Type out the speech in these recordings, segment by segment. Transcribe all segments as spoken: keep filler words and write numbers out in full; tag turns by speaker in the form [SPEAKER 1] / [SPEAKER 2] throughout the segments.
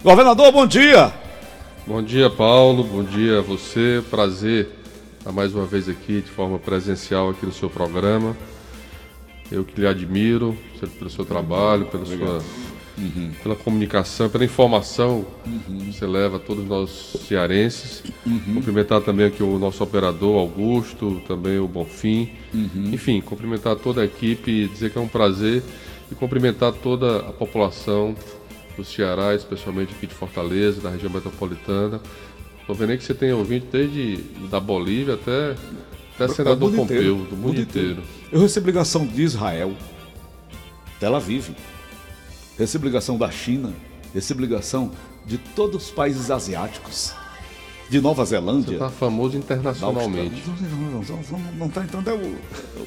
[SPEAKER 1] Governador, bom dia.
[SPEAKER 2] Bom dia, Paulo. Bom dia a você. Prazer estar mais uma vez aqui de forma presencial aqui no seu programa. Eu que lhe admiro pelo seu trabalho, pela sua, uhum. pela comunicação, pela informação uhum. que você leva a todos nós cearenses. Uhum. Cumprimentar também aqui o nosso operador Augusto, também o Bonfim. Uhum. Enfim, cumprimentar toda a equipe e dizer que é um prazer e cumprimentar toda a população do Ceará, especialmente aqui de Fortaleza, da região metropolitana. Estou vendo aí que você tem ouvinte desde da Bolívia até, até senador Pompeu, do mundo inteiro.
[SPEAKER 1] Eu recebo ligação de Israel, Tel Aviv, recebo ligação da China, recebo ligação de todos os países asiáticos, de Nova Zelândia.
[SPEAKER 2] Você está famoso internacionalmente.
[SPEAKER 1] Não está entrando, é o...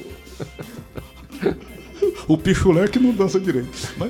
[SPEAKER 1] o pichulé que não dança direito. Mas...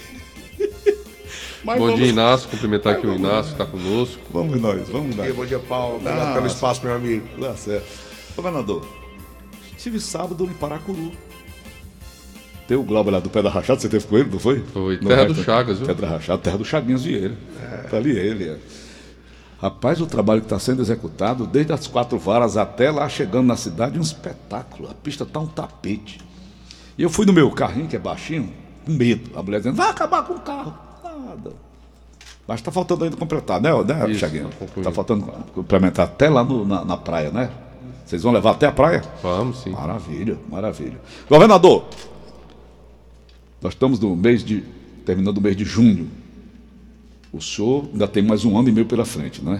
[SPEAKER 2] Mas bom vamos... dia, Inácio. Cumprimentar Mas aqui o Inácio que está conosco.
[SPEAKER 1] Vamos nós, vamos nós.
[SPEAKER 3] Bom dia, Paulo. Obrigado ah, pelo espaço, meu amigo.
[SPEAKER 1] Dá certo. Governador, estive sábado em Paracuru. Tem o Glauber lá do Pé da Rachada, você teve com ele, não foi?
[SPEAKER 2] Foi, terra não, do Chagas, viu?
[SPEAKER 1] Pedra Rachada, terra do Chaguinhos de ele. É. Tá ali ele, é. Rapaz, o trabalho que está sendo executado, desde as quatro varas até lá chegando na cidade, um espetáculo. A pista tá um tapete. E eu fui no meu carrinho, que é baixinho, com medo. A mulher dizendo, vai acabar com o carro. Nada. Mas está faltando ainda completar, né, né Chaguinho? Está faltando complementar até lá no, na, na praia, né? Vocês vão levar até a praia?
[SPEAKER 2] Vamos, sim.
[SPEAKER 1] Maravilha, maravilha. Governador, nós estamos no mês de... terminando o mês de junho. O senhor ainda tem mais um ano e meio pela frente, não é?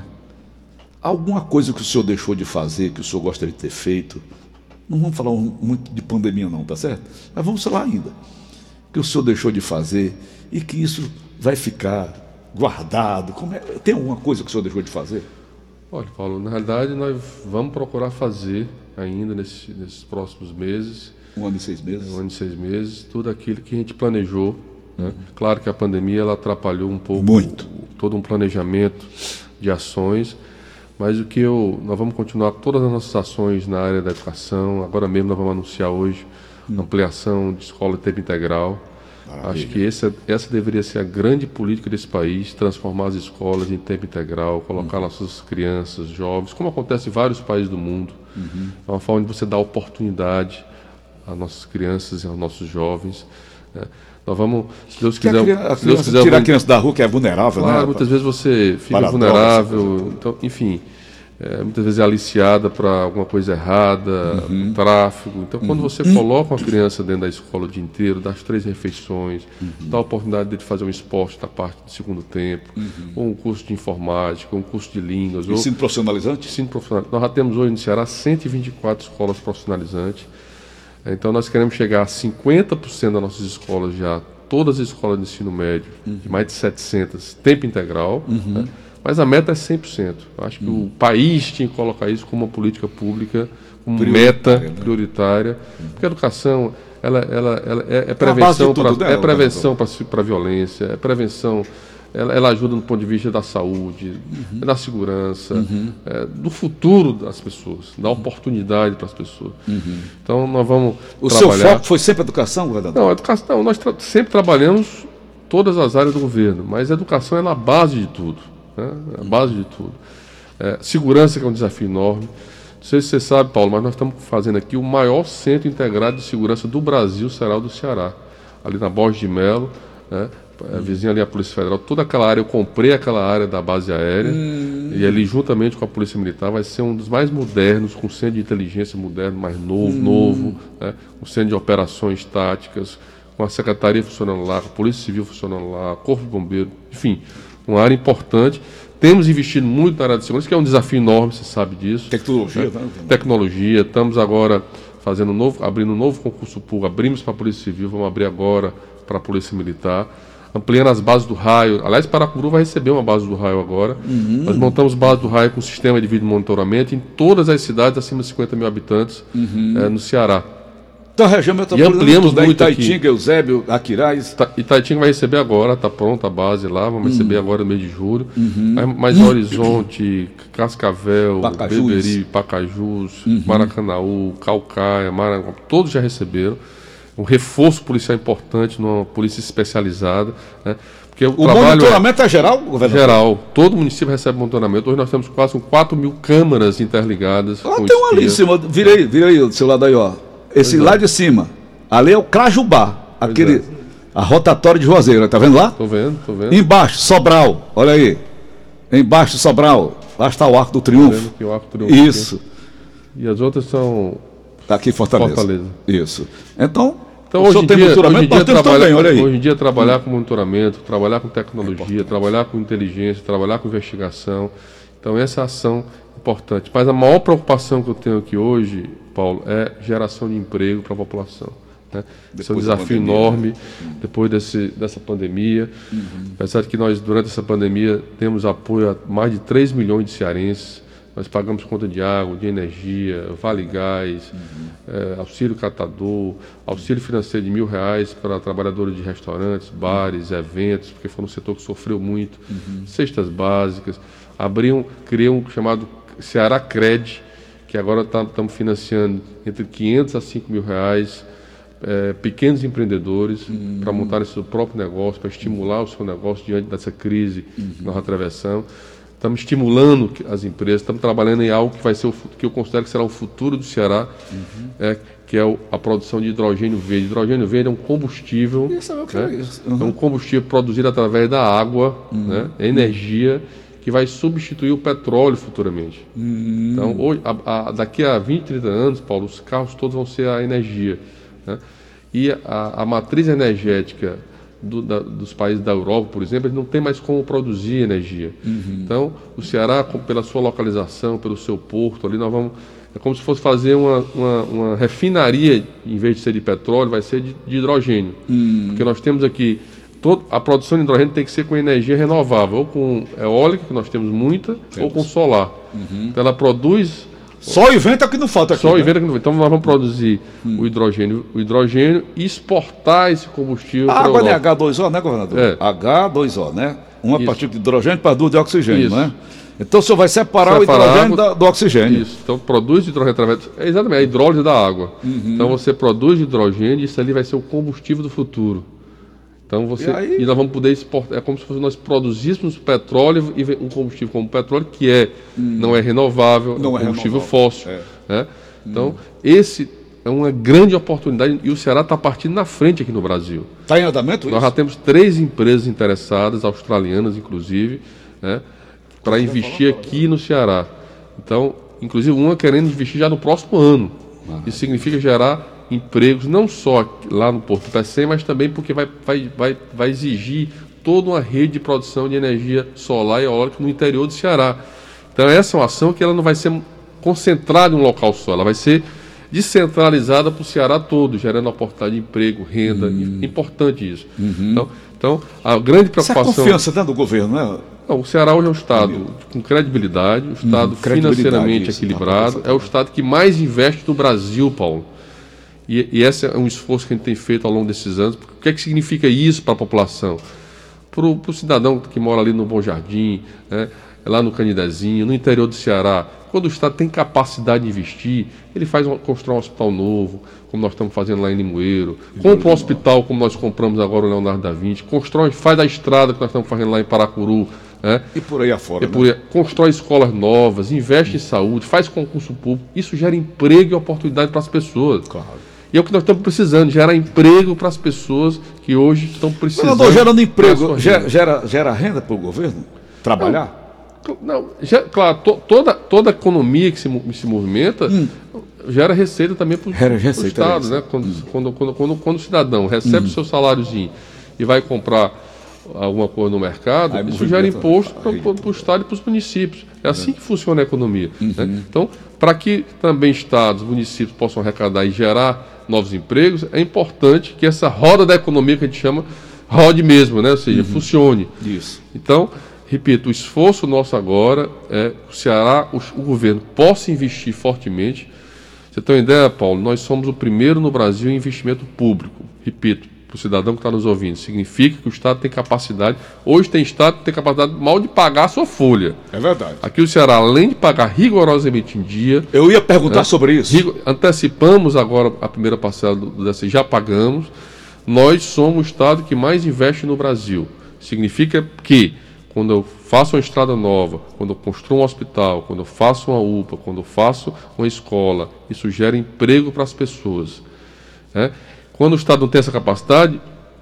[SPEAKER 1] Alguma coisa que o senhor deixou de fazer, que o senhor gostaria de ter feito? Não vamos falar muito de pandemia não, tá certo? Mas vamos falar ainda. Que o senhor deixou de fazer e que isso vai ficar guardado. Como é? Tem alguma coisa que o senhor deixou de fazer?
[SPEAKER 2] Olha, Paulo, na realidade nós vamos procurar fazer ainda nesse, nesses próximos meses.
[SPEAKER 1] Um ano e seis meses?
[SPEAKER 2] Um ano e seis meses, tudo aquilo que a gente planejou. Né? Uhum. Claro que a pandemia ela atrapalhou um pouco
[SPEAKER 1] Muito.
[SPEAKER 2] O, todo um planejamento de ações, mas o que eu, nós vamos continuar todas as nossas ações na área da educação. Agora mesmo nós vamos anunciar hoje uhum. ampliação de escola de tempo integral. Maravilha. Acho que essa, essa deveria ser a grande política desse país, transformar as escolas em tempo integral, colocar uhum. nossas crianças, jovens, como acontece em vários países do mundo. Uhum. É uma forma de você dar oportunidade às nossas crianças e aos nossos jovens. Né? Nós vamos, se Deus quiser...
[SPEAKER 1] A criança, a
[SPEAKER 2] se Deus quiser
[SPEAKER 1] tirar
[SPEAKER 2] vamos...
[SPEAKER 1] a criança da rua que é vulnerável,
[SPEAKER 2] claro,
[SPEAKER 1] né?
[SPEAKER 2] Muitas vezes você fica
[SPEAKER 1] Para
[SPEAKER 2] vulnerável,
[SPEAKER 1] drogas,
[SPEAKER 2] então, enfim... É, muitas vezes é aliciada para alguma coisa errada, uhum. tráfico. Então, quando uhum. você coloca uma criança dentro da escola o dia inteiro, dá as três refeições, uhum. dá a oportunidade de fazer um esporte da parte do segundo tempo, uhum. ou um curso de informática, ou um curso de línguas.
[SPEAKER 1] Ensino
[SPEAKER 2] ou...
[SPEAKER 1] profissionalizante?
[SPEAKER 2] Ensino profissionalizante. Nós já temos hoje no Ceará cento e vinte e quatro escolas profissionalizantes. Então, nós queremos chegar a cinquenta por cento das nossas escolas já, todas as escolas de ensino médio, uhum. de mais de setecentas, tempo integral, uhum. né? Mas a meta é cem por cento. Acho que hum. o país tinha que colocar isso como uma política pública, como prioritária, meta prioritária. Né? Porque a educação ela, ela, ela é, é prevenção para é prevenção para a violência, é prevenção, ela, ela ajuda no ponto de vista da saúde, uhum. da segurança, uhum. é, do futuro das pessoas, da oportunidade para as pessoas. Uhum. Então nós vamos
[SPEAKER 1] o
[SPEAKER 2] trabalhar...
[SPEAKER 1] O seu foco foi sempre a educação, governador?
[SPEAKER 2] Não, a educação, não, nós tra- sempre trabalhamos todas as áreas do governo, mas a educação é na base de tudo. Né? A base de tudo. É, segurança, que é um desafio enorme. Não sei se você sabe, Paulo, mas nós estamos fazendo aqui o maior centro integrado de segurança do Brasil, será o do Ceará. Ali na Borges de Melo, né? É, vizinha ali a Polícia Federal, toda aquela área, eu comprei aquela área da base aérea, hum. e ali juntamente com a Polícia Militar vai ser um dos mais modernos, com centro de inteligência moderno, mais novo, hum. novo, né? Um centro de operações táticas, com a Secretaria funcionando lá, com a Polícia Civil funcionando lá, Corpo de Bombeiro, enfim, uma área importante. Temos investido muito na área de segurança, que é um desafio enorme, você sabe disso.
[SPEAKER 1] Tecnologia, né?
[SPEAKER 2] Tecnologia. Estamos agora fazendo um novo, abrindo um novo concurso público. Abrimos para a Polícia Civil, vamos abrir agora para a Polícia Militar. Ampliando as bases do raio. Aliás, Paracuru vai receber uma base do raio agora. Uhum. Nós montamos base do raio com sistema de vídeo monitoramento em todas as cidades acima de cinquenta mil habitantes uhum. é, no Ceará.
[SPEAKER 1] Então a região metropolitana,
[SPEAKER 2] e ampliamos muito
[SPEAKER 1] Itaitinga, aqui. Eusébio, Aquiraz.
[SPEAKER 2] Ita, Itaitinga vai receber agora, está pronta a base lá, vamos uhum. receber agora no mês de julho. Uhum. Mas, mas uhum. Horizonte, Cascavel,
[SPEAKER 1] Pacajus.
[SPEAKER 2] Beberi, Pacajus,
[SPEAKER 1] uhum.
[SPEAKER 2] Maracanaú, Calcaia, Maranhão, todos já receberam. Um reforço policial importante numa polícia especializada, né? Porque o
[SPEAKER 1] o monitoramento é, é geral, governador?
[SPEAKER 2] Geral. Todo município recebe monitoramento. Hoje nós temos quase com quatro mil câmaras interligadas.
[SPEAKER 1] Ah, tem um ali em cima. Virei, virei do seu lado aí, ó. Esse pois lá é. de cima. Ali é o Crajubá. Pois aquele... É. A rotatória de Juazeiro, tá vendo lá?
[SPEAKER 2] Tô vendo, tô vendo.
[SPEAKER 1] Embaixo, Sobral, olha aí. Embaixo, Sobral, lá está o Arco do Triunfo. Tô vendo aqui o Arco do Triunfo. Isso.
[SPEAKER 2] Aqui. E as outras são...
[SPEAKER 1] Tá aqui em Fortaleza. Fortaleza. Isso. Então,
[SPEAKER 2] então hoje, em dia, hoje, em dia também, olha aí. Hoje em dia, trabalhar hum. com monitoramento, trabalhar com tecnologia, é trabalhar com inteligência, trabalhar com investigação. Então, essa ação é importante. Mas a maior preocupação que eu tenho aqui hoje, Paulo, é geração de emprego para a população. Né? Esse é um desafio enorme, né? depois desse, dessa pandemia. Uhum. Apesar de que nós, durante essa pandemia, temos apoio a mais de três milhões de cearenses. Nós pagamos conta de água, de energia, vale gás, uhum. é, auxílio catador, auxílio financeiro de mil reais para trabalhadores de restaurantes, bares, eventos, porque foi um setor que sofreu muito. Uhum. Cestas básicas. Abriam, criam um chamado Ceará Cred, que agora estamos tá, financiando entre quinhentos a cinco mil reais. É, pequenos empreendedores uhum. para montarem seu próprio negócio, para estimular o seu negócio diante dessa crise uhum. que nós atravessamos. Estamos estimulando as empresas, estamos trabalhando em algo que vai ser o que eu considero que será o futuro do Ceará, uhum. é, que é o, a produção de hidrogênio verde. Hidrogênio verde é um combustível, isso é, o que né? é, isso. Uhum. é um combustível produzido através da água, uhum. né? energia, que vai substituir o petróleo futuramente. Uhum. Então, hoje, a, a, daqui a vinte, trinta anos, Paulo, os carros todos vão ser a energia. Né? E a, a matriz energética do, da, dos países da Europa, por exemplo, eles não tem mais como produzir energia. Uhum. Então, o Ceará, pela sua localização, pelo seu porto, ali nós vamos... É como se fosse fazer uma, uma, uma refinaria, em vez de ser de petróleo, vai ser de, de hidrogênio. Uhum. Porque nós temos aqui... Todo, a produção de hidrogênio tem que ser com energia renovável, ou com eólica, que nós temos muita, temos. ou com solar. Uhum. Então, ela produz...
[SPEAKER 1] Só e vento é que não falta aqui.
[SPEAKER 2] Só né? e vento é que não falta. Então nós vamos produzir hum. o, hidrogênio, o hidrogênio e exportar esse combustível para a
[SPEAKER 1] água é agá dois ó, né, governador? É. agá dois ó, né? Uma Isso. partícula de hidrogênio para duas de oxigênio, Isso. né? Então o senhor vai separar, separar o hidrogênio da, do oxigênio.
[SPEAKER 2] Isso. Então produz hidrogênio através... É exatamente, a hidrólise da água. Uhum. Então você produz hidrogênio e isso ali vai ser o combustível do futuro. Então você... E, aí... e nós vamos poder exportar... É como se nós produzíssemos petróleo e um combustível como petróleo, que é, hum. não é renovável, não é um combustível é fóssil. É. Né? Então, hum. esse é uma grande oportunidade e o Ceará está partindo na frente aqui no Brasil.
[SPEAKER 1] Está em andamento
[SPEAKER 2] Nós
[SPEAKER 1] isso?
[SPEAKER 2] já temos três empresas interessadas, australianas inclusive, né, para investir aqui no Ceará. Então, inclusive uma querendo investir já no próximo ano. Ah. Isso significa gerar empregos, não só lá no Porto do Pecém, mas também porque vai, vai, vai, vai exigir toda uma rede de produção de energia solar e eólica no interior do Ceará. Então essa é uma ação que ela não vai ser concentrada em um local só, ela vai ser descentralizada para o Ceará todo, gerando oportunidade de emprego, renda, hum. importante isso. Uhum. Então, então, a grande preocupação...
[SPEAKER 1] Essa é a confiança dentro do governo, né?
[SPEAKER 2] Não, o Ceará hoje é um Estado Meu. com credibilidade, um Estado hum, financeiramente isso, equilibrado, é o Estado que mais investe no Brasil, Paulo. E, e esse é um esforço que a gente tem feito ao longo desses anos. O que é que significa isso para a população? Para o cidadão que mora ali no Bom Jardim, né, lá no Canidezinho, no interior do Ceará, quando o Estado tem capacidade de investir, ele faz um, constrói um hospital novo, como nós estamos fazendo lá em Limoeiro, compra um hospital como nós compramos agora o Leonardo da Vinci, constrói, faz a estrada que nós estamos fazendo lá em Paracuru, né?
[SPEAKER 1] E por aí afora,
[SPEAKER 2] e por aí, né? Constrói escolas novas, investe hum. em saúde, faz concurso público, isso gera emprego e oportunidade para as pessoas. Claro. E é o que nós estamos precisando, gerar emprego para as pessoas que hoje estão precisando.
[SPEAKER 1] Mas não estou gerando emprego, gera, gera, gera renda para o governo? Trabalhar?
[SPEAKER 2] Não, não já, claro, to, toda, toda a economia que se, se movimenta hum. gera receita também para o Estado. Né? Quando, hum. quando, quando, quando, quando o cidadão recebe hum. o seu saláriozinho e vai comprar alguma coisa no mercado, Aí isso gera imposto para o Estado e para os municípios. É assim é. que funciona a economia. Uhum. Né? Então, para que também estados, municípios possam arrecadar e gerar novos empregos, é importante que essa roda da economia que a gente chama, rode mesmo, né? Ou seja, uhum. funcione.
[SPEAKER 1] Isso.
[SPEAKER 2] Então, repito, o esforço nosso agora é que o Ceará, o, o governo, possa investir fortemente. Você tem uma ideia, Paulo? Nós somos o primeiro no Brasil em investimento público. Repito, para o cidadão que está nos ouvindo, significa que o Estado tem capacidade, hoje tem Estado que tem capacidade mal de pagar a sua folha.
[SPEAKER 1] É verdade.
[SPEAKER 2] Aqui o Ceará, além de pagar rigorosamente em dia...
[SPEAKER 1] Eu ia perguntar né, sobre isso.
[SPEAKER 2] Antecipamos agora a primeira parcela do D S I, já pagamos. Nós somos o Estado que mais investe no Brasil. Significa que, quando eu faço uma estrada nova, quando eu construo um hospital, quando eu faço uma U P A, quando eu faço uma escola, isso gera emprego para as pessoas. Né? Quando o Estado não tem essa capacidade,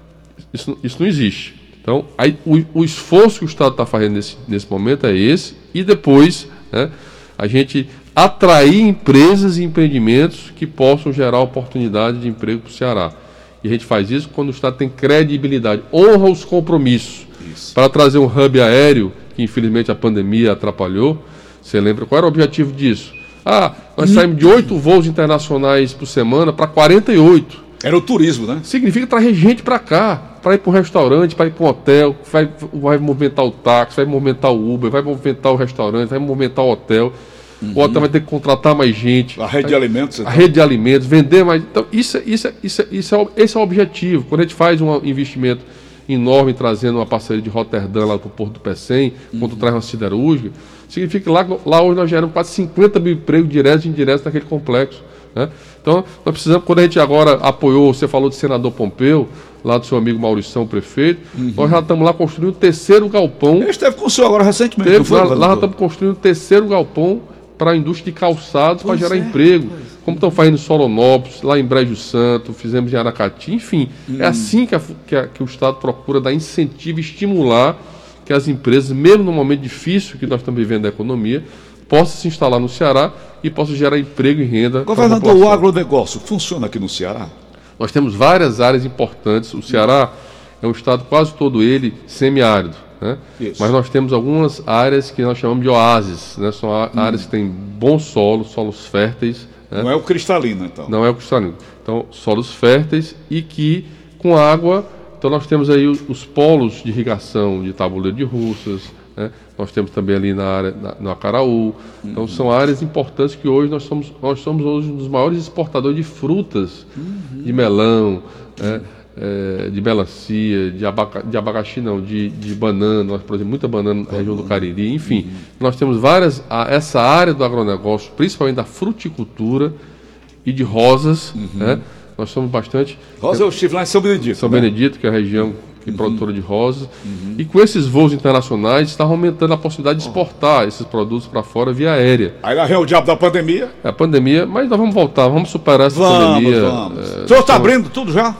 [SPEAKER 2] isso, isso não existe. Então, aí, o, o esforço que o Estado está fazendo nesse, nesse momento é esse, e depois, né, a gente atrair empresas e empreendimentos que possam gerar oportunidade de emprego para o Ceará. E a gente faz isso quando o Estado tem credibilidade, honra os compromissos. Isso. Para trazer um hub aéreo, que infelizmente a pandemia atrapalhou. Você lembra qual era o objetivo disso? Ah, nós hum. saímos de oito voos internacionais por semana para quarenta e oito.
[SPEAKER 1] Era o turismo, né?
[SPEAKER 2] Significa trazer gente para cá, para ir para um restaurante, para ir para um hotel, vai, vai movimentar o táxi, vai movimentar o Uber, vai movimentar o restaurante, vai movimentar o hotel. Uhum. O hotel vai ter que contratar mais gente.
[SPEAKER 1] A rede
[SPEAKER 2] vai,
[SPEAKER 1] de alimentos.
[SPEAKER 2] A
[SPEAKER 1] então.
[SPEAKER 2] rede de alimentos, vender mais. Então, isso, isso, isso, isso é, esse é o objetivo. Quando a gente faz um investimento enorme trazendo uma parceria de Roterdã lá para o Porto do Pecém, uhum. quando traz uma siderúrgica, significa que lá, lá hoje nós geramos quase cinquenta mil empregos diretos e indiretos naquele complexo. Né? Então, nós precisamos, quando a gente agora apoiou, você falou do senador Pompeu, lá do seu amigo Maurição, prefeito, uhum. nós já estamos lá construindo o terceiro galpão.
[SPEAKER 1] Ele esteve com o senhor agora recentemente.
[SPEAKER 2] Teve, foi, lá, lá já estamos construindo o terceiro galpão para a indústria de calçados, para gerar é, emprego. Como estão fazendo em Solonópolis, lá em Brejo Santo, fizemos em Aracati, enfim. Hum. É assim que, a, que, a, que o Estado procura dar incentivo e estimular que as empresas, mesmo no momento difícil que nós estamos vivendo da economia, possam se instalar no Ceará e possam gerar emprego e renda.
[SPEAKER 1] Governador, o agronegócio funciona aqui no Ceará?
[SPEAKER 2] Nós temos várias áreas importantes. O Ceará é um estado quase todo ele semiárido. Né? Mas nós temos algumas áreas que nós chamamos de oásis, né? São hum. áreas que têm bom solo, solos férteis. Né?
[SPEAKER 1] Não é o cristalino, então.
[SPEAKER 2] Não é o cristalino. Então, solos férteis e que com água, então nós temos aí os, os polos de irrigação de Tabuleiro de Russas, né? Nós temos também ali na área, na, no Acaraú. Então, uhum. são áreas importantes que hoje nós somos, nós somos hoje um dos maiores exportadores de frutas, uhum. de melão, né? É, de melancia, de, abaca, de abacaxi não, de, de banana, nós produzimos muita banana na região do Cariri, enfim, uhum. nós temos várias, a, essa área do agronegócio, principalmente da fruticultura e de rosas, uhum. né? Nós somos bastante...
[SPEAKER 1] Rosa eu estive lá em São Benedito.
[SPEAKER 2] São né? Benedito, que é a região que é uhum. produtora de rosas,
[SPEAKER 1] uhum.
[SPEAKER 2] e com esses voos internacionais está aumentando a possibilidade de exportar oh. esses produtos para fora via aérea.
[SPEAKER 1] Aí lá vem o diabo da pandemia.
[SPEAKER 2] É a pandemia, mas nós vamos voltar, vamos superar essa
[SPEAKER 1] vamos,
[SPEAKER 2] pandemia.
[SPEAKER 1] Vamos. É, o senhor está abrindo tudo já?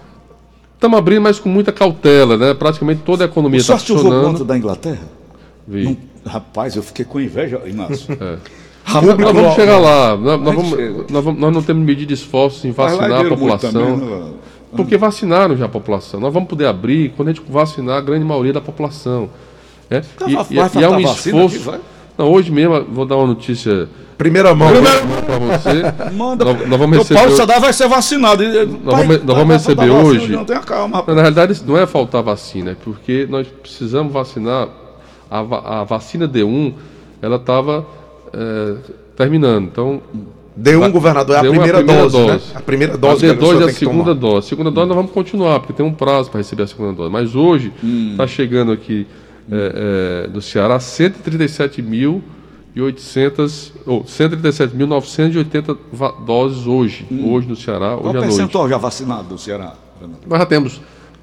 [SPEAKER 2] Estamos abrindo, mas com muita cautela, né? Praticamente toda a economia está funcionando. O senhor
[SPEAKER 1] conta da Inglaterra? Não, rapaz, eu fiquei com inveja, Inácio.
[SPEAKER 2] É. Nós vamos chegar lá. Nós, nós, vamos, nós, vamos, nós não temos medido de esforços em vacinar a população. Também, porque vacinaram já a população. Nós vamos poder abrir quando a gente vacinar a grande maioria da população. É?
[SPEAKER 1] Tá, e, vai, e, vai e há um esforço. Aqui,
[SPEAKER 2] não, hoje mesmo, vou dar uma notícia.
[SPEAKER 1] Primeira mão.
[SPEAKER 2] Primeira mão para você.
[SPEAKER 1] Manda.
[SPEAKER 2] Nós, nós vamos receber.
[SPEAKER 1] O Paulo Sadar vai ser vacinado.
[SPEAKER 2] Nós vamos, nós vamos vai receber hoje. Vacina,
[SPEAKER 1] não tenha calma,
[SPEAKER 2] não, na realidade, isso não é faltar vacina, é porque nós precisamos vacinar. A, a vacina D um, ela estava é, terminando. Então.
[SPEAKER 4] D um, governador, é a primeira, a primeira dose, dose. Né? A primeira dose.
[SPEAKER 2] A D dois é a segunda dose. A segunda dose nós vamos continuar, porque tem um prazo para receber a segunda dose. Mas hoje está hum. chegando aqui é, é, do Ceará cento e trinta e sete mil e oitocentas, ou cento e trinta e sete mil novecentas e oitenta doses hoje, hum. hoje no Ceará, hoje
[SPEAKER 1] Qual
[SPEAKER 2] à noite.
[SPEAKER 1] Qual percentual já vacinado no Ceará?
[SPEAKER 2] Nós já temos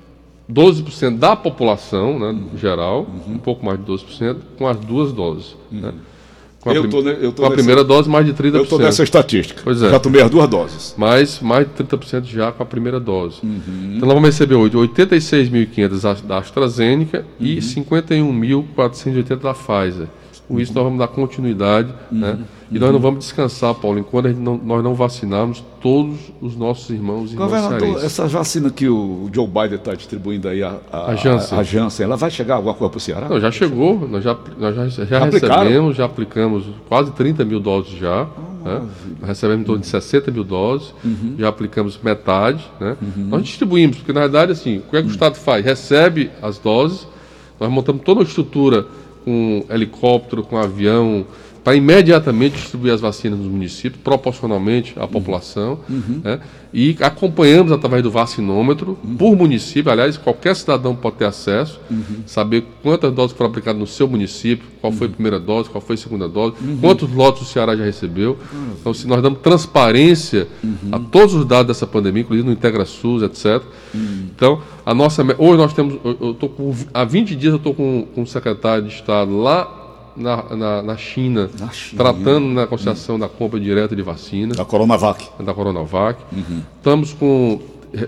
[SPEAKER 2] doze por cento da população, né, uhum. geral, uhum. um pouco mais de doze por cento, com as duas doses. Uhum. Né? Com a,
[SPEAKER 1] eu tô, eu tô
[SPEAKER 2] com a
[SPEAKER 1] nessa,
[SPEAKER 2] primeira dose, mais de trinta por cento.
[SPEAKER 1] Eu estou nessa estatística.
[SPEAKER 2] Pois é.
[SPEAKER 1] Já tomei as duas doses.
[SPEAKER 2] Mas mais de trinta por cento já com a primeira dose.
[SPEAKER 1] Uhum.
[SPEAKER 2] Então nós vamos receber hoje oitenta e seis mil e quinhentos da AstraZeneca uhum. e cinquenta e um mil quatrocentos e oitenta da Pfizer. Com isso nós vamos dar continuidade, uhum. né? E nós não vamos descansar, Paulo, enquanto a gente não, nós não vacinarmos todos os nossos irmãos e irmãs cearenses.
[SPEAKER 1] Essas vacinas que o Joe Biden está distribuindo aí, a, a, a, Janssen. a Janssen, ela vai chegar alguma coisa para o Ceará?
[SPEAKER 2] Não, já chegou, nós já, nós já, já recebemos, já aplicamos quase trinta mil doses já. Oh, né? Nós recebemos em torno de sessenta mil doses, uhum. já aplicamos metade. Né? Uhum. Nós distribuímos, porque na verdade, assim, o que, é que o Estado faz? Recebe as doses, nós montamos toda uma estrutura com helicóptero, com avião, para imediatamente distribuir as vacinas nos municípios, proporcionalmente à população, uhum. né? E acompanhamos através do vacinômetro, uhum. por município, aliás, qualquer cidadão pode ter acesso, uhum. saber quantas doses foram aplicadas no seu município, qual foi a primeira dose, qual foi a segunda dose, uhum. quantos lotes o Ceará já recebeu. Uhum. Então, se nós damos transparência uhum. a todos os dados dessa pandemia, inclusive no IntegraSUS, etcétera, uhum. Então, a nossa, hoje nós temos, eu tô com, há vinte dias eu estou com, com o secretário de Estado lá na, na, na, China, na China, tratando na negociação uhum. da compra direta de vacinas.
[SPEAKER 1] Da Coronavac.
[SPEAKER 2] Da Coronavac. Uhum. Estamos com...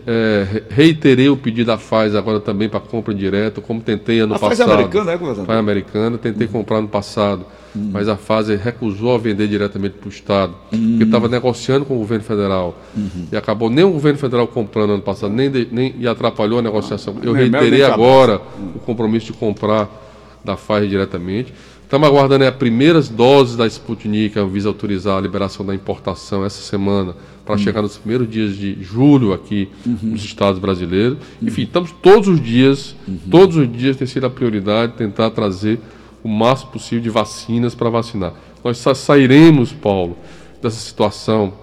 [SPEAKER 2] É, reiterei o pedido da Pfizer agora também para compra direta, como tentei ano
[SPEAKER 1] a
[SPEAKER 2] passado.
[SPEAKER 1] A Pfizer americana, é, governador?
[SPEAKER 2] Pfizer americana, tentei uhum. comprar no passado, uhum. mas a Pfizer recusou a vender diretamente para o Estado, uhum. porque estava negociando com o governo federal uhum. e acabou nem o governo federal comprando ano passado, nem, de, nem e atrapalhou a negociação. Eu reiterei agora uhum. o compromisso de comprar da Pfizer diretamente. Estamos aguardando as primeiras doses da Sputnik, a Anvisa autorizar a liberação da importação essa semana, para uhum. chegar nos primeiros dias de julho aqui uhum. nos estados brasileiros. Uhum. Enfim, estamos todos os dias, uhum. todos os dias tem sido a prioridade tentar trazer o máximo possível de vacinas para vacinar. Nós só sairemos, Paulo, dessa situação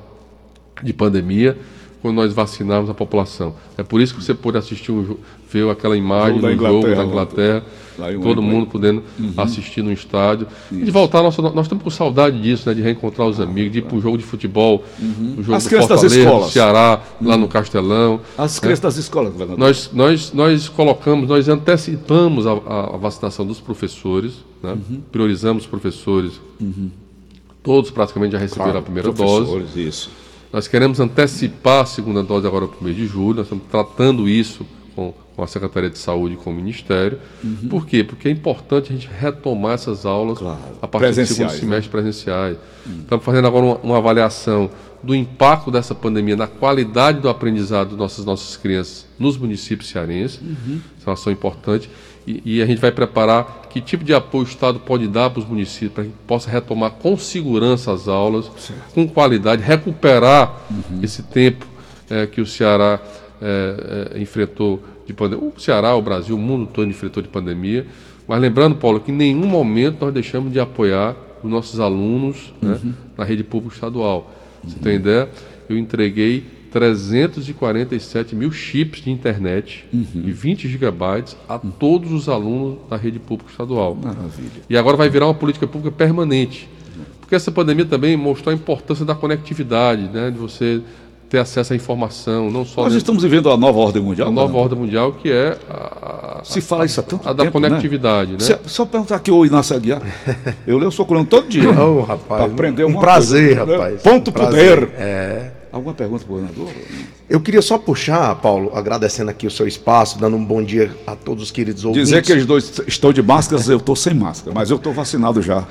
[SPEAKER 2] de pandemia quando nós vacinarmos a população. É por isso que você pôde assistir, um, ver aquela imagem do jogo da Inglaterra, todo mundo podendo uhum. assistir no estádio. Isso. E de voltar, nós, nós estamos com saudade disso, né, de reencontrar os amigos, de ir para um jogo de futebol, uhum. um jogo
[SPEAKER 1] As
[SPEAKER 2] do Fortaleza, do Ceará, uhum. lá no Castelão.
[SPEAKER 1] As crianças né? das escolas, governador.
[SPEAKER 2] Nós, nós, nós colocamos, nós antecipamos a, a, a vacinação dos professores, né? uhum. priorizamos os professores, uhum. todos praticamente já receberam claro, a primeira dose.
[SPEAKER 1] Isso.
[SPEAKER 2] Nós queremos antecipar a segunda dose agora para o mês de julho, nós estamos tratando isso com, com a Secretaria de Saúde e com o Ministério. Uhum. Por quê? Porque é importante a gente retomar essas aulas claro. a partir do segundo semestre né? presenciais. Uhum. Estamos fazendo agora uma, uma avaliação do impacto dessa pandemia na qualidade do aprendizado das nossas, nossas crianças nos municípios cearenses. Uhum. Essa é uma ação importante. E, e a gente vai preparar que tipo de apoio o Estado pode dar para os municípios para que possa retomar com segurança as aulas, certo. com qualidade, recuperar uhum. esse tempo é, que o Ceará é, é, enfrentou de pandemia. O Ceará, o Brasil, o mundo todo enfrentou de pandemia. Mas lembrando, Paulo, que em nenhum momento nós deixamos de apoiar os nossos alunos uhum. né, na rede pública estadual. Uhum. Você tem ideia? Eu entreguei trezentos e quarenta e sete mil chips de internet uhum. de vinte gigabytes a uhum. todos os alunos da rede pública estadual.
[SPEAKER 1] Maravilha.
[SPEAKER 2] E agora vai virar uma política pública permanente. Uhum. Porque essa pandemia também mostrou a importância da conectividade, né, de você ter acesso à informação, não só...
[SPEAKER 1] Nós estamos vivendo a nova ordem mundial.
[SPEAKER 2] A nova ordem mundial, que é a,
[SPEAKER 1] Se fala isso há tanto
[SPEAKER 2] a da
[SPEAKER 1] tempo,
[SPEAKER 2] conectividade. Né?
[SPEAKER 1] Né? Se, só perguntar aqui, ô Inácio Aguiar, eu leio o Socolano todo dia.
[SPEAKER 4] Não, rapaz. Para
[SPEAKER 1] aprender
[SPEAKER 4] um prazer, coisa, rapaz.
[SPEAKER 1] Ponto
[SPEAKER 4] um prazer.
[SPEAKER 1] poder.
[SPEAKER 4] É...
[SPEAKER 1] Alguma pergunta para o governador?
[SPEAKER 4] Eu queria só puxar, Paulo, agradecendo aqui o seu espaço, dando um bom dia a todos os queridos ouvintes.
[SPEAKER 1] Dizer que eles dois estão de máscaras, eu estou sem máscara, mas eu estou vacinado já.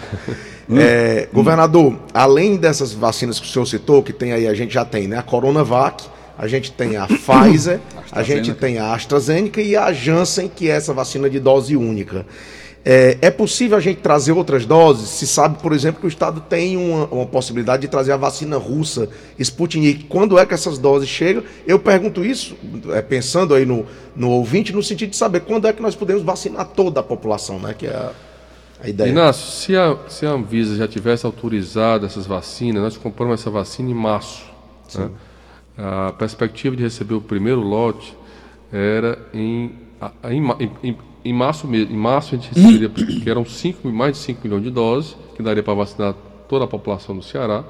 [SPEAKER 4] É, hum. Governador, além dessas vacinas que o senhor citou, que tem aí, a gente já tem, né? A Coronavac, a gente tem a Pfizer, a gente tem a AstraZeneca e a Janssen, que é essa vacina de dose única. É, é possível a gente trazer outras doses? Se sabe, por exemplo, que o Estado tem uma, uma possibilidade de trazer a vacina russa, Sputnik. Quando é que essas doses chegam? Eu pergunto isso, é, pensando aí no, no ouvinte, no sentido de saber quando é que nós podemos vacinar toda a população, né? Que é a, a ideia.
[SPEAKER 2] Inácio, se a, se a Anvisa já tivesse autorizado essas vacinas, nós compramos essa vacina em março. Né? A perspectiva de receber o primeiro lote era em... em, em Em março, em março a gente receberia, que eram cinco, mais de cinco milhões de doses, que daria para vacinar toda a população do Ceará,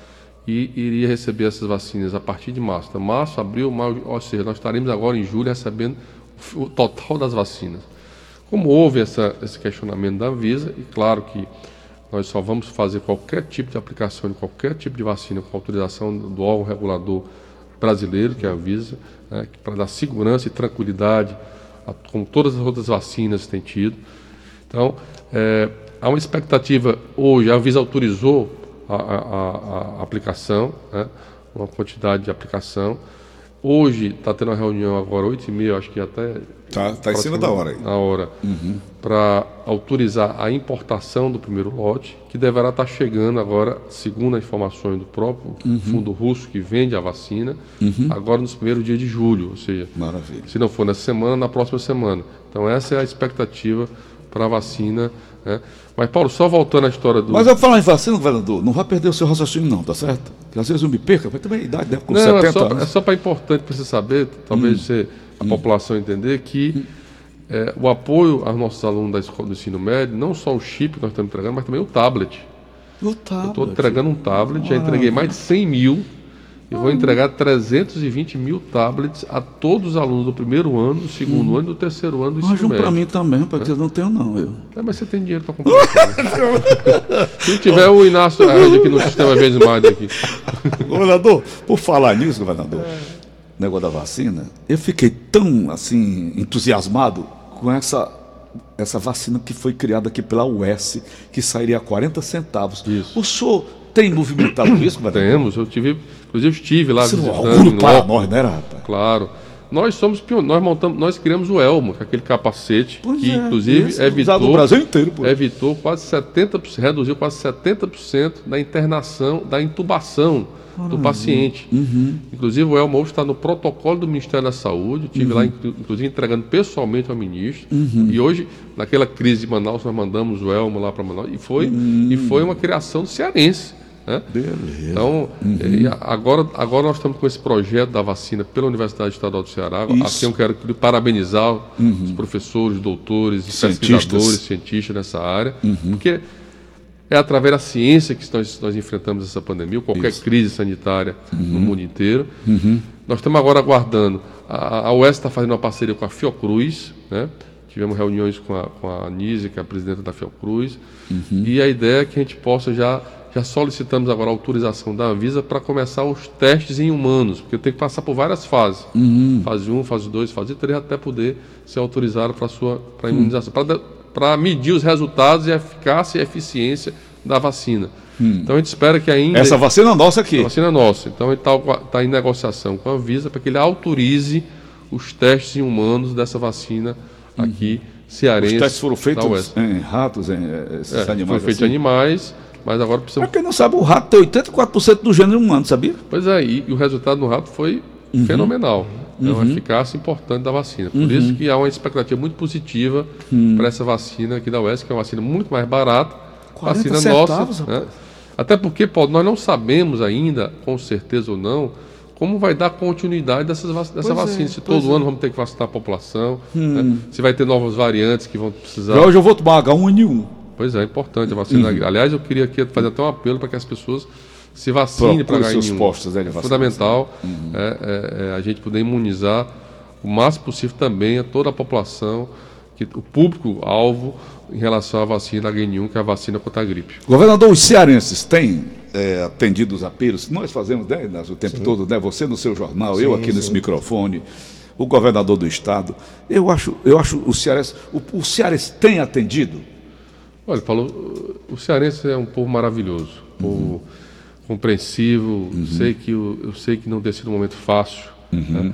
[SPEAKER 2] e iria receber essas vacinas a partir de março. Então, março, abril, maio, ou seja, nós estaremos agora em julho recebendo o total das vacinas. Como houve essa, esse questionamento da Anvisa, e claro que nós só vamos fazer qualquer tipo de aplicação de qualquer tipo de vacina com autorização do órgão regulador brasileiro, que é a Anvisa, né, para dar segurança e tranquilidade, como todas as outras vacinas têm tido. Então, é, há uma expectativa hoje, a Anvisa autorizou a, a, a, a aplicação, né, uma quantidade de aplicação. Hoje está tendo uma reunião agora, oito e meia, acho que até...
[SPEAKER 1] Está tá em cima da hora aí.
[SPEAKER 2] Na hora, uhum. para autorizar a importação do primeiro lote, que deverá estar chegando agora, segundo as informações do próprio uhum. fundo russo que vende a vacina, uhum. agora nos primeiros dias de julho, ou seja,
[SPEAKER 1] maravilha. Se
[SPEAKER 2] não for nessa semana, na próxima semana. Então essa é a expectativa para a vacina. Né? Mas, Paulo, só voltando à história do...
[SPEAKER 1] Mas eu falar em vacina, governador, não vai perder o seu raciocínio não, tá certo? Porque às vezes eu me perco, mas também a idade, né? Com
[SPEAKER 2] não,
[SPEAKER 1] setenta
[SPEAKER 2] é só,
[SPEAKER 1] anos.
[SPEAKER 2] É só para importante para você saber, talvez hum. você, a hum. população entender que hum. é, o apoio aos nossos alunos da escola do ensino médio, não só o chip que nós estamos entregando, mas também o tablet.
[SPEAKER 1] O tablet.
[SPEAKER 2] Eu estou entregando um tablet, ah, já entreguei mais de cem mil e vou entregar trezentos e vinte mil tablets a todos os alunos do primeiro ano, do segundo hum. ano e do terceiro ano do ensino
[SPEAKER 1] médio.
[SPEAKER 2] Mas
[SPEAKER 1] para mim também, porque é? eu não tenho não. Eu.
[SPEAKER 2] É, mas você tem dinheiro para comprar. Se tiver o Inácio Arranjo aqui no sistema Verdes Mares aqui.
[SPEAKER 1] Governador, por falar nisso, governador, é. negócio da vacina, eu fiquei tão assim entusiasmado com essa, essa vacina que foi criada aqui pela U S, que sairia a quarenta centavos.
[SPEAKER 2] Isso.
[SPEAKER 1] O senhor tem movimentado isso, governador?
[SPEAKER 2] Temos, eu tive, inclusive estive lá
[SPEAKER 1] Isso
[SPEAKER 2] visitando.
[SPEAKER 1] É um orgulho para nós, né, rapaz?
[SPEAKER 2] Claro. Nós somos pioneiros, nós montamos, nós criamos o Elmo, que é aquele capacete
[SPEAKER 1] pois
[SPEAKER 2] que,
[SPEAKER 1] é,
[SPEAKER 2] inclusive,
[SPEAKER 1] isso,
[SPEAKER 2] evitou,
[SPEAKER 1] no Brasil inteiro, pô.
[SPEAKER 2] evitou quase setenta por cento, reduziu quase setenta por cento da internação, da intubação ah, do paciente.
[SPEAKER 1] Uhum.
[SPEAKER 2] Inclusive, o Elmo hoje está no protocolo do Ministério da Saúde, estive uhum. lá, inclusive, entregando pessoalmente ao ministro. Uhum. E hoje, naquela crise de Manaus, nós mandamos o Elmo lá para Manaus. E foi, uhum. e foi uma criação do cearense. Né? Então, uhum. agora, agora nós estamos com esse projeto da vacina pela Universidade Estadual do Ceará. Isso. Assim eu quero parabenizar uhum. os professores, doutores,
[SPEAKER 1] cientistas.
[SPEAKER 2] pesquisadores, cientistas nessa área, uhum. porque é através da ciência que nós, nós enfrentamos essa pandemia, qualquer Isso. crise sanitária uhum. no mundo inteiro. Uhum. Nós estamos agora aguardando. A, a U E S está fazendo uma parceria com a Fiocruz, né? Tivemos reuniões com a, com a Anísia, que é a presidenta da Fiocruz, uhum. e a ideia é que a gente possa já... Já solicitamos agora a autorização da Anvisa para começar os testes em humanos, porque tem que passar por várias fases. Uhum. Fase um, fase dois, fase três, até poder ser autorizado para a sua pra imunização, uhum. para medir os resultados e a eficácia e a eficiência da vacina. Uhum. Então a gente espera que ainda...
[SPEAKER 1] Essa vacina nossa aqui.
[SPEAKER 2] A vacina nossa. Então a gente está tá em negociação com a Anvisa para que ele autorize os testes em humanos dessa vacina uhum. aqui, cearense.
[SPEAKER 1] Os testes foram feitos em ratos, em esses é, animais?
[SPEAKER 2] Foi feito assim? em animais. Mas agora precisamos...
[SPEAKER 1] Para quem não sabe, o rato tem oitenta e quatro por cento do gênero humano, sabia?
[SPEAKER 2] Pois é, e, e o resultado no rato foi uhum. fenomenal. É uma uhum. eficácia importante da vacina. Por uhum. isso que há uma expectativa muito positiva uhum. para essa vacina aqui da U E S, que é uma vacina muito mais barata. Vacina
[SPEAKER 1] centavos,
[SPEAKER 2] nossa. Né? Até porque, Paulo, nós não sabemos ainda, com certeza ou não, como vai dar continuidade dessas vac... dessa pois vacina. É, se todo é. ano vamos ter que vacinar a população, hum. né? Se vai ter novas variantes que vão precisar...
[SPEAKER 1] Hoje eu vou tomar H um N um.
[SPEAKER 2] Pois é, é importante a vacina. Uhum. Aliás, eu queria aqui fazer até um apelo para que as pessoas se vacinem para H um N um.
[SPEAKER 1] Seus postos, né,
[SPEAKER 2] é fundamental uhum. é, é, é a gente poder imunizar o máximo possível também a toda a população, que, o público-alvo em relação à vacina H N um, que é a vacina contra a gripe.
[SPEAKER 1] Governador, os cearenses têm é, atendido os apelos? Nós fazemos, né, o tempo sim. todo, né, você no seu jornal, sim, eu aqui sim. nesse microfone, o governador do estado. Eu acho, eu acho o cearense, o, o cearense tem atendido?
[SPEAKER 2] Olha, Paulo, o cearense é um povo maravilhoso, um povo uhum. compreensivo, uhum. sei que, eu sei que não tem sido um momento fácil, uhum. né?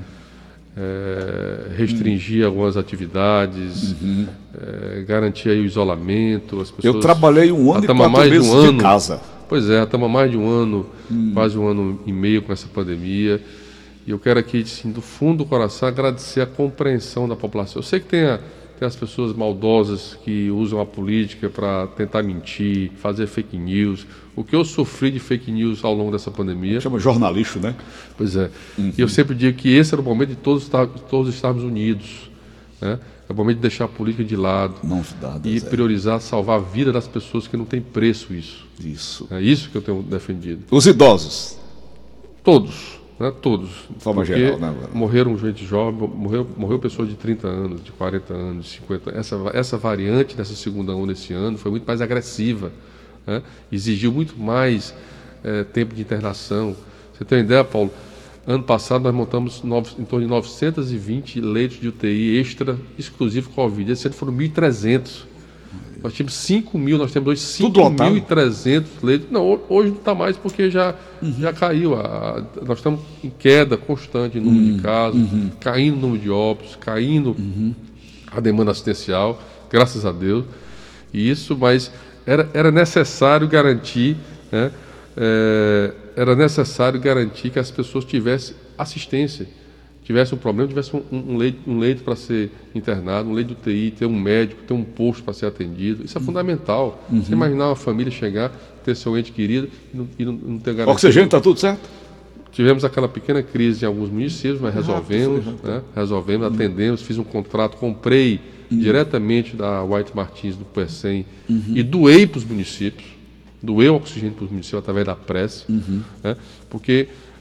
[SPEAKER 2] é, restringir uhum. algumas atividades, uhum. é, garantir aí o isolamento. As pessoas,
[SPEAKER 1] eu trabalhei um ano e quatro
[SPEAKER 2] mais
[SPEAKER 1] meses
[SPEAKER 2] de, um ano,
[SPEAKER 1] de casa.
[SPEAKER 2] Pois é, estamos há mais de um ano, uhum. quase um ano e meio com essa pandemia, e eu quero aqui, assim, do fundo do coração, agradecer a compreensão da população. Eu sei que tem a Tem as pessoas maldosas que usam a política para tentar mentir, fazer fake news. O que eu sofri de fake news ao longo dessa pandemia...
[SPEAKER 1] Chama jornalista, né?
[SPEAKER 2] Pois é. Uhum. E eu sempre digo que esse era o momento de todos, todos estarmos unidos. Né? É o momento de deixar a política de lado.
[SPEAKER 1] Mãos dadas,
[SPEAKER 2] e
[SPEAKER 1] é.
[SPEAKER 2] priorizar salvar a vida das pessoas, que não tem preço isso.
[SPEAKER 1] Isso.
[SPEAKER 2] É isso que eu tenho defendido.
[SPEAKER 1] Os idosos?
[SPEAKER 2] Todos. Né, todos.
[SPEAKER 1] De forma geral, né?
[SPEAKER 2] Morreram gente jovem, morreu, morreu pessoas de trinta anos, de quarenta anos, de cinquenta anos. Essa, essa variante dessa segunda onda esse ano foi muito mais agressiva, né? Exigiu muito mais é, tempo de internação. Você tem uma ideia, Paulo? Ano passado nós montamos nove, em torno de novecentos e vinte leitos de U T I extra, exclusivo Covid. Esse ano foram mil e trezentos. Nós tínhamos cinco mil, nós temos hoje cinco mil e trezentos leitos. Não, hoje não está mais porque já, uhum. já caiu. A, nós estamos em queda constante em número uhum. de casos, uhum. caindo o número de óbitos, caindo uhum. a demanda assistencial, graças a Deus. E isso, mas era, era necessário garantir, né, é, era necessário garantir que as pessoas tivessem assistência. Tivesse um problema, tivesse um, um leito, um leito para ser internado, um leito de U T I, ter um médico, ter um posto para ser atendido. Isso é fundamental. Uhum. Você imaginar uma família chegar, ter seu ente querido e não, e não, não ter garantia.
[SPEAKER 1] Oxigênio, está tudo certo?
[SPEAKER 2] Tivemos aquela pequena crise em alguns municípios, mas resolvemos, ah, né? resolvemos, uhum. atendemos, fiz um contrato, comprei uhum. diretamente da White Martins, do Percem, uhum. e doei para os municípios, doei o oxigênio para os municípios através da prece, uhum. né? Porque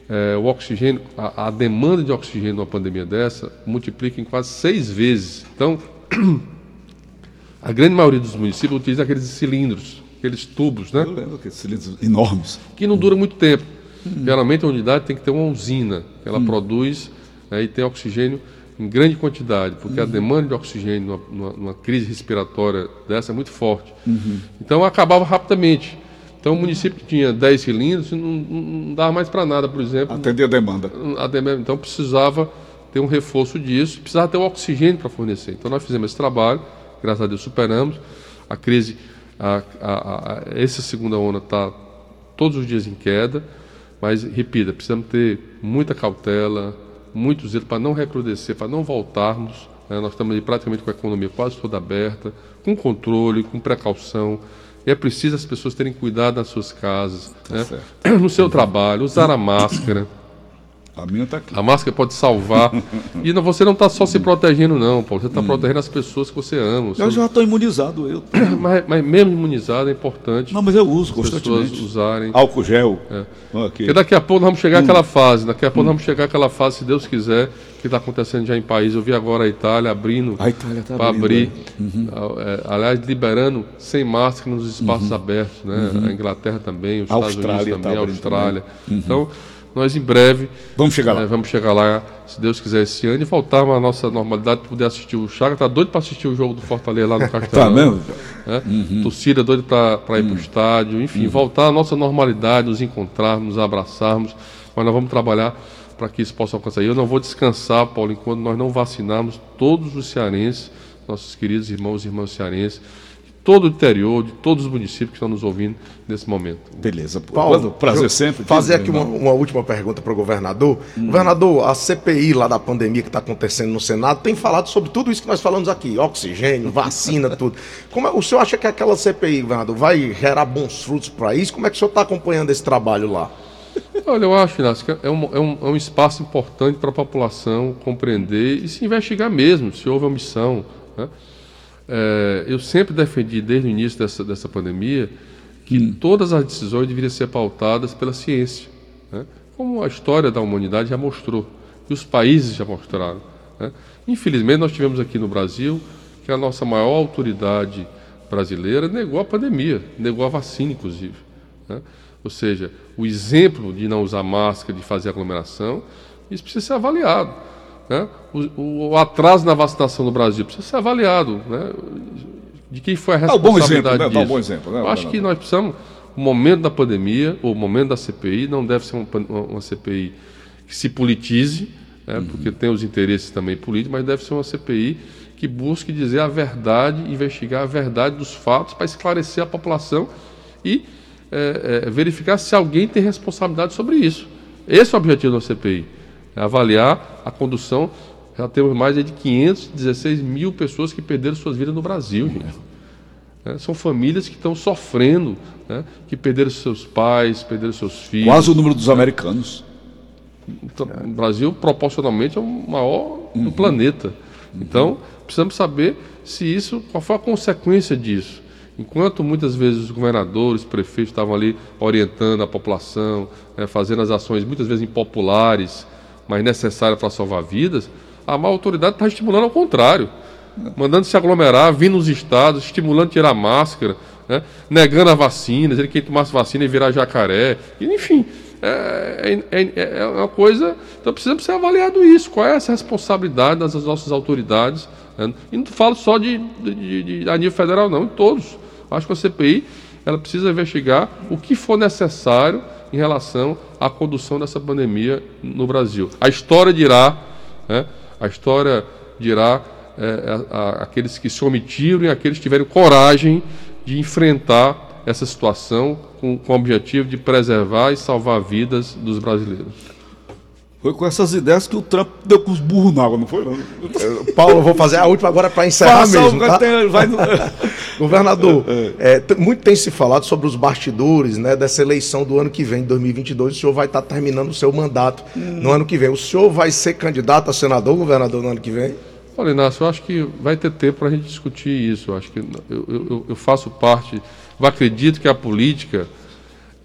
[SPEAKER 2] é, o oxigênio, a, a demanda de oxigênio numa pandemia dessa multiplica em quase seis vezes. Então, a grande maioria dos municípios utiliza aqueles cilindros, aqueles tubos, né?
[SPEAKER 1] Eu lembro aqueles cilindros enormes.
[SPEAKER 2] Que não dura muito tempo. Hum. Geralmente a unidade tem que ter uma usina, que ela hum. produz, né, e tem oxigênio em grande quantidade, porque uhum. a demanda de oxigênio numa, numa, numa crise respiratória dessa é muito forte. Uhum. Então acabava rapidamente. Então o município que tinha dez cilindros não, não dava mais para nada, por exemplo.
[SPEAKER 1] Atender a demanda.
[SPEAKER 2] A demanda. Então precisava ter um reforço disso, precisava ter o oxigênio para fornecer. Então nós fizemos esse trabalho, graças a Deus superamos. A crise, a, a, a, essa segunda onda está todos os dias em queda, mas, repita, precisamos ter muita cautela, muito zelo para não recrudescer, para não voltarmos. Né? Nós estamos aí praticamente com a economia quase toda aberta, com controle, com precaução. E é preciso as pessoas terem cuidado nas suas casas, tá, né? No seu trabalho, usar a máscara.
[SPEAKER 1] A minha está aqui.
[SPEAKER 2] A máscara pode salvar. E não, você não está só se protegendo, não, Paulo. Você está hum. protegendo as pessoas que você ama.
[SPEAKER 1] Eu já estou imunizado, eu.
[SPEAKER 2] Mas, mas mesmo imunizado é importante.
[SPEAKER 1] Não, mas eu uso
[SPEAKER 2] as pessoas usarem.
[SPEAKER 1] Álcool gel.
[SPEAKER 2] É. Okay. Porque daqui a pouco nós vamos chegar hum. àquela fase. Daqui a pouco hum. nós vamos chegar àquela fase, se Deus quiser, que está acontecendo já em países. Eu vi agora a Itália abrindo.
[SPEAKER 1] A Itália está
[SPEAKER 2] para abrir.
[SPEAKER 1] Uhum.
[SPEAKER 2] É, aliás, liberando sem máscara nos espaços
[SPEAKER 1] uhum.
[SPEAKER 2] abertos. Né? Uhum. A Inglaterra também, os
[SPEAKER 1] a
[SPEAKER 2] Estados
[SPEAKER 1] Austrália
[SPEAKER 2] Unidos também,
[SPEAKER 1] tá
[SPEAKER 2] a Austrália.
[SPEAKER 1] Uhum.
[SPEAKER 2] Então, nós em breve
[SPEAKER 1] vamos chegar lá,
[SPEAKER 2] é, vamos chegar lá, se Deus quiser, esse ano e voltar à nossa normalidade, poder assistir o Chaga. Tá doido para assistir o jogo do Fortaleza lá no Castelão.
[SPEAKER 1] Tá mesmo?
[SPEAKER 2] Né? Uhum. Torcida doido para ir uhum. para o estádio, enfim, uhum. voltar à nossa normalidade, nos encontrarmos, nos abraçarmos, mas nós vamos trabalhar para que isso possa alcançar. E eu não vou descansar, Paulo, enquanto nós não vacinarmos todos os cearenses, nossos queridos irmãos e irmãs cearenses, todo o interior, de todos os municípios que estão nos ouvindo nesse momento.
[SPEAKER 1] Beleza.
[SPEAKER 4] Paulo,
[SPEAKER 1] Quando, prazer sempre.
[SPEAKER 4] Fazer aqui uma, uma última pergunta para o governador. Hum. Governador, a C P I lá da pandemia que está acontecendo no Senado tem falado sobre tudo isso que nós falamos aqui, oxigênio, vacina, tudo. Como é, o senhor acha que aquela C P I, governador, vai gerar bons frutos para isso? Como é que o senhor está acompanhando esse trabalho lá?
[SPEAKER 2] Olha, eu acho, Inácio, que é um, é, um, é um espaço importante para a população compreender e se investigar mesmo, se houve omissão, né? É, eu sempre defendi, desde o início dessa, dessa pandemia, que hum. todas as decisões deveriam ser pautadas pela ciência, né? Como a história da humanidade já mostrou, e os países já mostraram, né? Infelizmente, nós tivemos aqui no Brasil que a nossa maior autoridade brasileira negou a pandemia, negou a vacina, inclusive, né? Ou seja, o exemplo de não usar máscara, de fazer aglomeração, isso precisa ser avaliado. Né? O, o atraso na vacinação no Brasil precisa ser avaliado, né? De quem foi a responsabilidade disso.
[SPEAKER 1] Dá um bom exemplo, né?
[SPEAKER 2] Eu acho que nós precisamos, o momento da pandemia, o momento da C P I, não deve ser uma, uma C P I que se politize, né? Uhum. Porque tem os interesses também políticos, mas deve ser uma C P I que busque dizer a verdade, investigar a verdade dos fatos para esclarecer a população e é, é, verificar se alguém tem responsabilidade sobre isso. Esse é o objetivo da C P I. É avaliar a condução. Já temos mais de quinhentas e dezesseis mil pessoas que perderam suas vidas no Brasil, gente. É, são famílias que estão sofrendo, né? Que perderam seus pais, perderam seus filhos.
[SPEAKER 1] Quase o número dos americanos.
[SPEAKER 2] Então, o Brasil, proporcionalmente, é o maior uhum. do planeta. Uhum. Então, precisamos saber se isso, qual foi a consequência disso. Enquanto muitas vezes os governadores, prefeitos estavam ali orientando a população, é, fazendo as ações muitas vezes impopulares, mas necessária para salvar vidas, a má autoridade está estimulando ao contrário, mandando se aglomerar, vindo nos estados, estimulando tirar máscara, né? Negando a vacina, dizendo que quem tomasse vacina ia virar jacaré, e, enfim, é, é, é uma coisa. Então precisamos ser avaliado isso, qual é essa responsabilidade das nossas autoridades, né? E não falo só de, de, de, de a nível federal, não, em todos. Acho que a C P I ela precisa investigar o que for necessário em relação à condução dessa pandemia no Brasil. A história dirá, né, a história dirá é, a, a, aqueles que se omitiram e aqueles que tiveram coragem de enfrentar essa situação com, com o objetivo de preservar e salvar vidas dos brasileiros.
[SPEAKER 1] Foi com essas ideias que o Trump deu com os burros na água, não foi? Não?
[SPEAKER 4] Paulo, eu vou fazer a última agora para encerrar Passa, mesmo. Tá?
[SPEAKER 1] Tem, vai no...
[SPEAKER 4] Governador, é, é, muito tem se falado sobre os bastidores, né, dessa eleição do ano que vem, dois mil e vinte e dois. O senhor vai estar terminando o seu mandato hum. no ano que vem. O senhor vai ser candidato a senador, governador, no ano que vem?
[SPEAKER 2] Olha, Inácio, eu acho que vai ter tempo para a gente discutir isso. Eu acho que eu, eu, eu faço parte, eu acredito que a política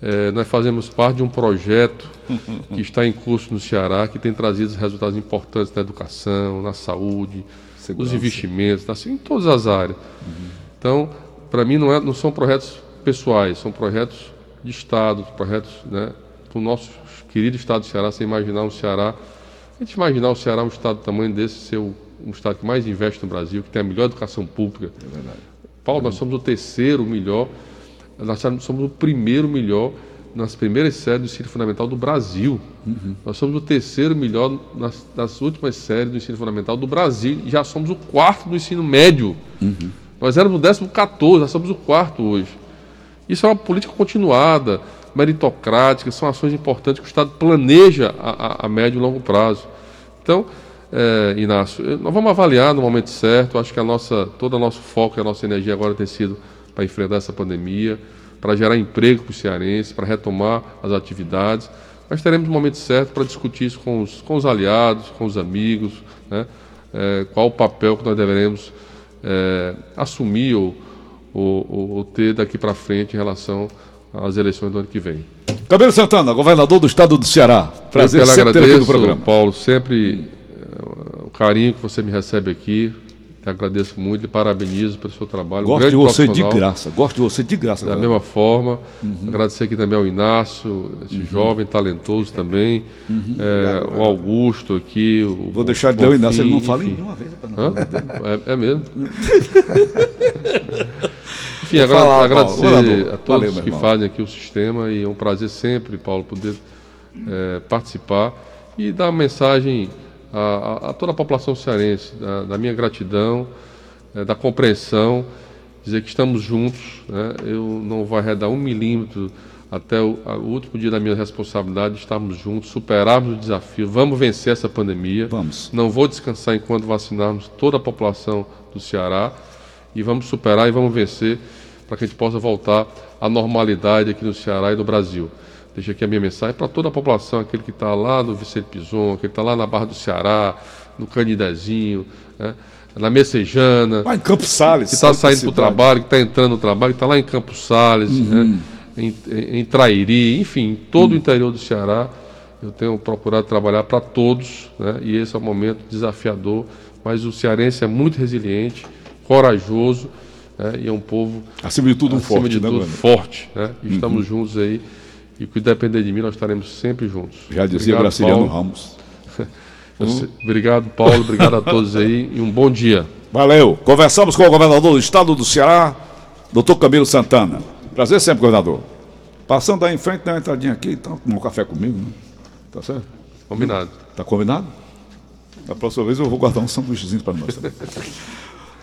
[SPEAKER 2] É, nós fazemos parte de um projeto que está em curso no Ceará, que tem trazido resultados importantes na educação, na saúde,
[SPEAKER 1] Segurança.
[SPEAKER 2] nos investimentos, assim, em todas as áreas. Uhum. Então, para mim, não, é, não são projetos pessoais, são projetos de Estado, projetos, né, para o nosso querido Estado do Ceará. Você imaginar um Ceará, a gente imaginar o Ceará um Estado do tamanho desse, ser o, um Estado que mais investe no Brasil, que tem a melhor educação pública.
[SPEAKER 1] É verdade.
[SPEAKER 2] Paulo, nós somos o terceiro melhor, nós somos o primeiro melhor nas primeiras séries do ensino fundamental do Brasil. Uhum. Nós somos o terceiro melhor nas, nas últimas séries do ensino fundamental do Brasil e já somos o quarto do ensino médio. Uhum. Nós éramos o décimo quatorze, nós somos o quarto hoje. Isso é uma política continuada, meritocrática, são ações importantes que o Estado planeja a, a, a médio e longo prazo. Então, é, Inácio, nós vamos avaliar no momento certo. Acho que a nossa, todo o nosso foco e a nossa energia agora tem sido para enfrentar essa pandemia, para gerar emprego para os cearenses, para retomar as atividades. Mas teremos o momento certo para discutir isso com os, com os aliados, com os amigos, né? É, qual o papel que nós deveremos é, assumir ou, ou, ou ter daqui para frente em relação às eleições do ano que vem.
[SPEAKER 1] Camilo Santana, governador do estado do Ceará. Prazer
[SPEAKER 2] Eu
[SPEAKER 1] sempre ter aqui no programa.
[SPEAKER 2] Paulo, sempre o carinho que você me recebe aqui. Te agradeço muito e parabenizo pelo seu trabalho.
[SPEAKER 1] Gosto
[SPEAKER 2] um
[SPEAKER 1] de você de graça, gosto de você de graça.
[SPEAKER 2] Da
[SPEAKER 1] galera.
[SPEAKER 2] mesma forma, uhum. agradecer aqui também ao Inácio, esse uhum. jovem, talentoso também, uhum. é, Obrigado, o Augusto aqui. O,
[SPEAKER 1] Vou deixar de ler o Inácio, ele não fala em uma vez.
[SPEAKER 2] É, é mesmo. Enfim, agra falar, agradecer Paulo. a todos Valeu, que fazem aqui o sistema e é um prazer sempre, Paulo, poder é, participar e dar uma mensagem A, a, a toda a população cearense, da, da minha gratidão, é, da compreensão, dizer que estamos juntos, né? Eu não vou arredar um milímetro até o, a, o último dia da minha responsabilidade, estarmos juntos, superarmos o desafio, vamos vencer essa pandemia.
[SPEAKER 1] Vamos.
[SPEAKER 2] Não vou descansar enquanto vacinarmos toda a população do Ceará e vamos superar e vamos vencer para que a gente possa voltar à normalidade aqui no Ceará e no Brasil. Deixo aqui a minha mensagem para toda a população, aquele que está lá no Vicente Pison, aquele que está lá na Barra do Ceará, no Canidezinho, né, na Messejana.
[SPEAKER 1] Lá em Campos Sales.
[SPEAKER 2] Que está saindo para o trabalho, que está entrando no trabalho, que está lá em Campos Sales, uhum. né, em, em, em Trairi, enfim, todo uhum. o interior do Ceará. Eu tenho procurado trabalhar para todos, né, e esse é um momento desafiador, mas o cearense é muito resiliente, corajoso, né, e é um povo...
[SPEAKER 1] Acima de tudo, um
[SPEAKER 2] acima
[SPEAKER 1] forte,
[SPEAKER 2] de
[SPEAKER 1] né,
[SPEAKER 2] tudo, forte, né, e
[SPEAKER 1] uhum.
[SPEAKER 2] estamos juntos aí. E o que depender de mim, nós estaremos sempre juntos.
[SPEAKER 1] Já dizia Graciliano Ramos.
[SPEAKER 2] hum. Obrigado, Paulo. Obrigado a todos aí e um bom dia.
[SPEAKER 1] Valeu. Conversamos com o governador do estado do Ceará, doutor Camilo Santana. Prazer sempre, governador. Passando aí em frente, dá uma entradinha aqui, então, tomar um café comigo, né? Tá certo?
[SPEAKER 2] Combinado.
[SPEAKER 1] Tá combinado? Da próxima vez eu vou guardar um sanduíchezinho para nós também.